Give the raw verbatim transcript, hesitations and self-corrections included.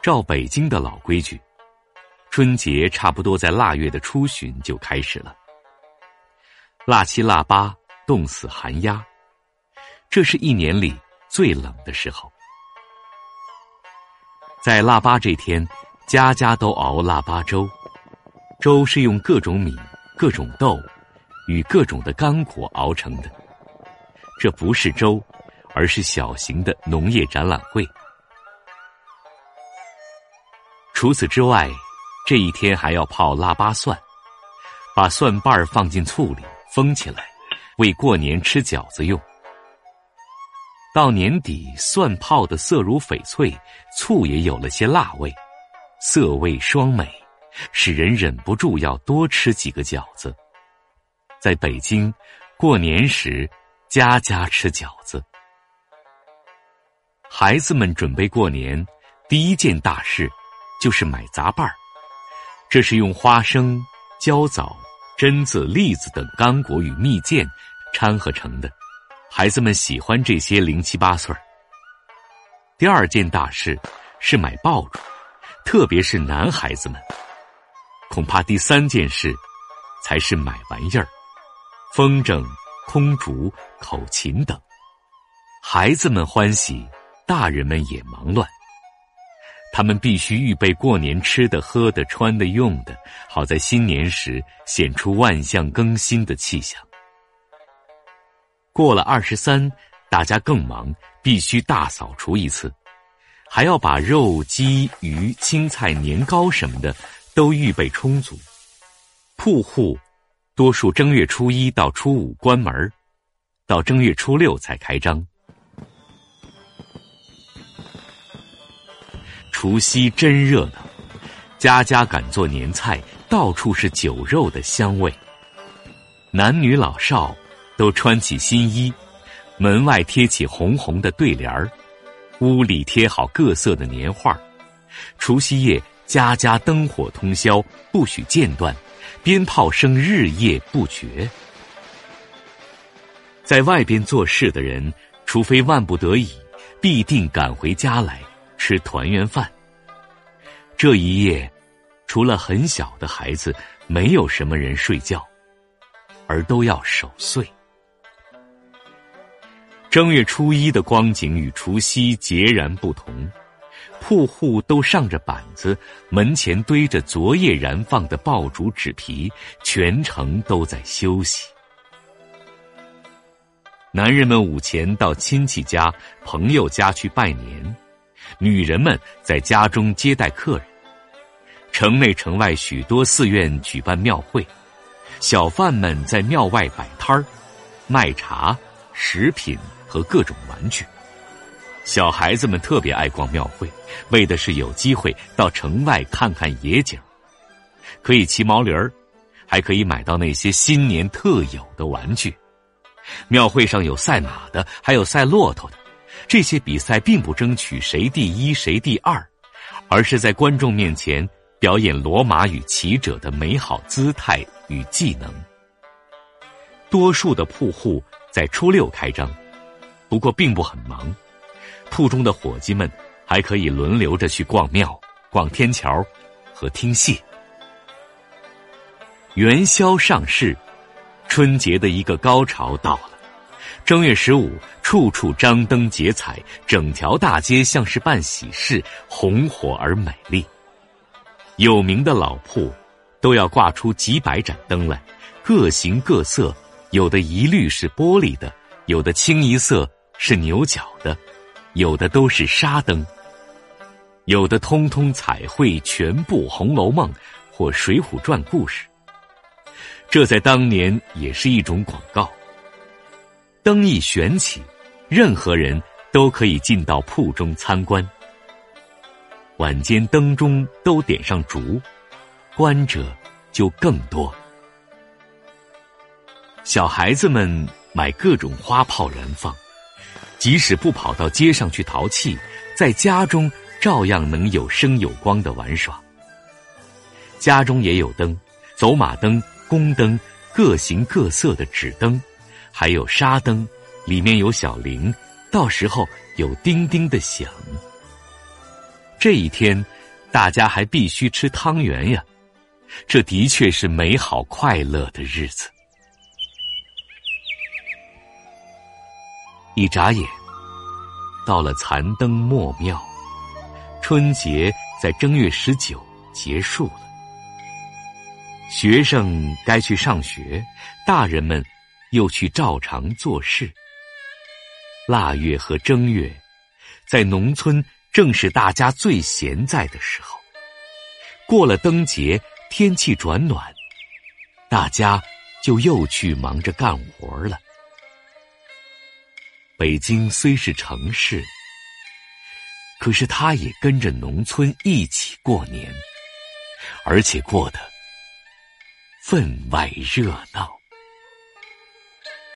照北京的老规矩，春节差不多在腊月的初旬就开始了。腊七腊八，冻死寒鸦，这是一年里最冷的时候。在腊八这天，家家都熬腊八粥，粥是用各种米、各种豆与各种的干果熬成的。这不是粥，而是小型的农业展览会。除此之外，这一天还要泡腊八蒜，把蒜瓣放进醋里封起来，为过年吃饺子用。到年底，蒜泡的色如翡翠，醋也有了些辣味，色味双美，使人忍不住要多吃几个饺子。在北京，过年时家家吃饺子。孩子们准备过年，第一件大事就是买杂拌儿，这是用花生、焦枣、榛子、栗子等干果与蜜饯掺合成的。孩子们喜欢这些零七八碎儿。第二件大事是买爆竹，特别是男孩子们。恐怕第三件事才是买玩意儿，风筝、空竹、口琴等。孩子们欢喜，大人们也忙乱。他们必须预备过年吃的、喝的、穿的、用的，好在新年时显出万象更新的气象。过了二十三，大家更忙，必须大扫除一次，还要把肉、鸡、鱼、青菜、年糕什么的都预备充足。铺户多数正月初一到初五关门，到正月初六才开张。除夕真热闹，家家赶做年菜，到处是酒肉的香味。男女老少都穿起新衣，门外贴起红红的对联儿，屋里贴好各色的年画。除夕夜，家家灯火通宵，不许间断，鞭炮声日夜不绝。在外边做事的人，除非万不得已，必定赶回家来吃团圆饭。这一夜，除了很小的孩子，没有什么人睡觉，而都要守岁。正月初一的光景与除夕截然不同，铺户都上着板子，门前堆着昨夜燃放的爆竹纸皮，全城都在休息。男人们午前到亲戚家、朋友家去拜年，女人们在家中接待客人。城内城外许多寺院举办庙会，小贩们在庙外摆摊儿，卖茶、食品和各种玩具。小孩子们特别爱逛庙会，为的是有机会到城外看看野景，可以骑毛驴儿，还可以买到那些新年特有的玩具。庙会上有赛马的，还有赛骆驼的。这些比赛并不争取谁第一谁第二，而是在观众面前表演骡马与骑者的美好姿态与技能。多数的铺户在初六开张，不过并不很忙，铺中的伙计们还可以轮流着去逛庙、逛天桥和听戏。元宵上市，春节的一个高潮到了。正月十五，处处张灯结彩，整条大街像是办喜事，红火而美丽。有名的老铺都要挂出几百盏灯来，各形各色，有的一律是玻璃的，有的清一色是牛角的，有的都是纱灯，有的通通彩绘全部《红楼梦》或《水浒传》故事。这在当年也是一种广告。灯一悬起，任何人都可以进到铺中参观。晚间灯中都点上烛，观者就更多。小孩子们买各种花炮燃放，即使不跑到街上去淘气，在家中照样能有声有光的玩耍。家中也有灯，走马灯、宫灯，各形各色的纸灯，还有纱灯，里面有小铃，到时候有叮叮的响。 这一天，大家还必须吃汤圆呀，这的确是美好快乐的日子。一眨眼，到了残灯末庙，春节在正月十九结束了。学生该去上学，大人们又去照常做事。腊月和正月，在农村正是大家最闲在的时候。过了灯节，天气转暖，大家就又去忙着干活了。北京虽是城市，可是它也跟着农村一起过年，而且过得分外热闹。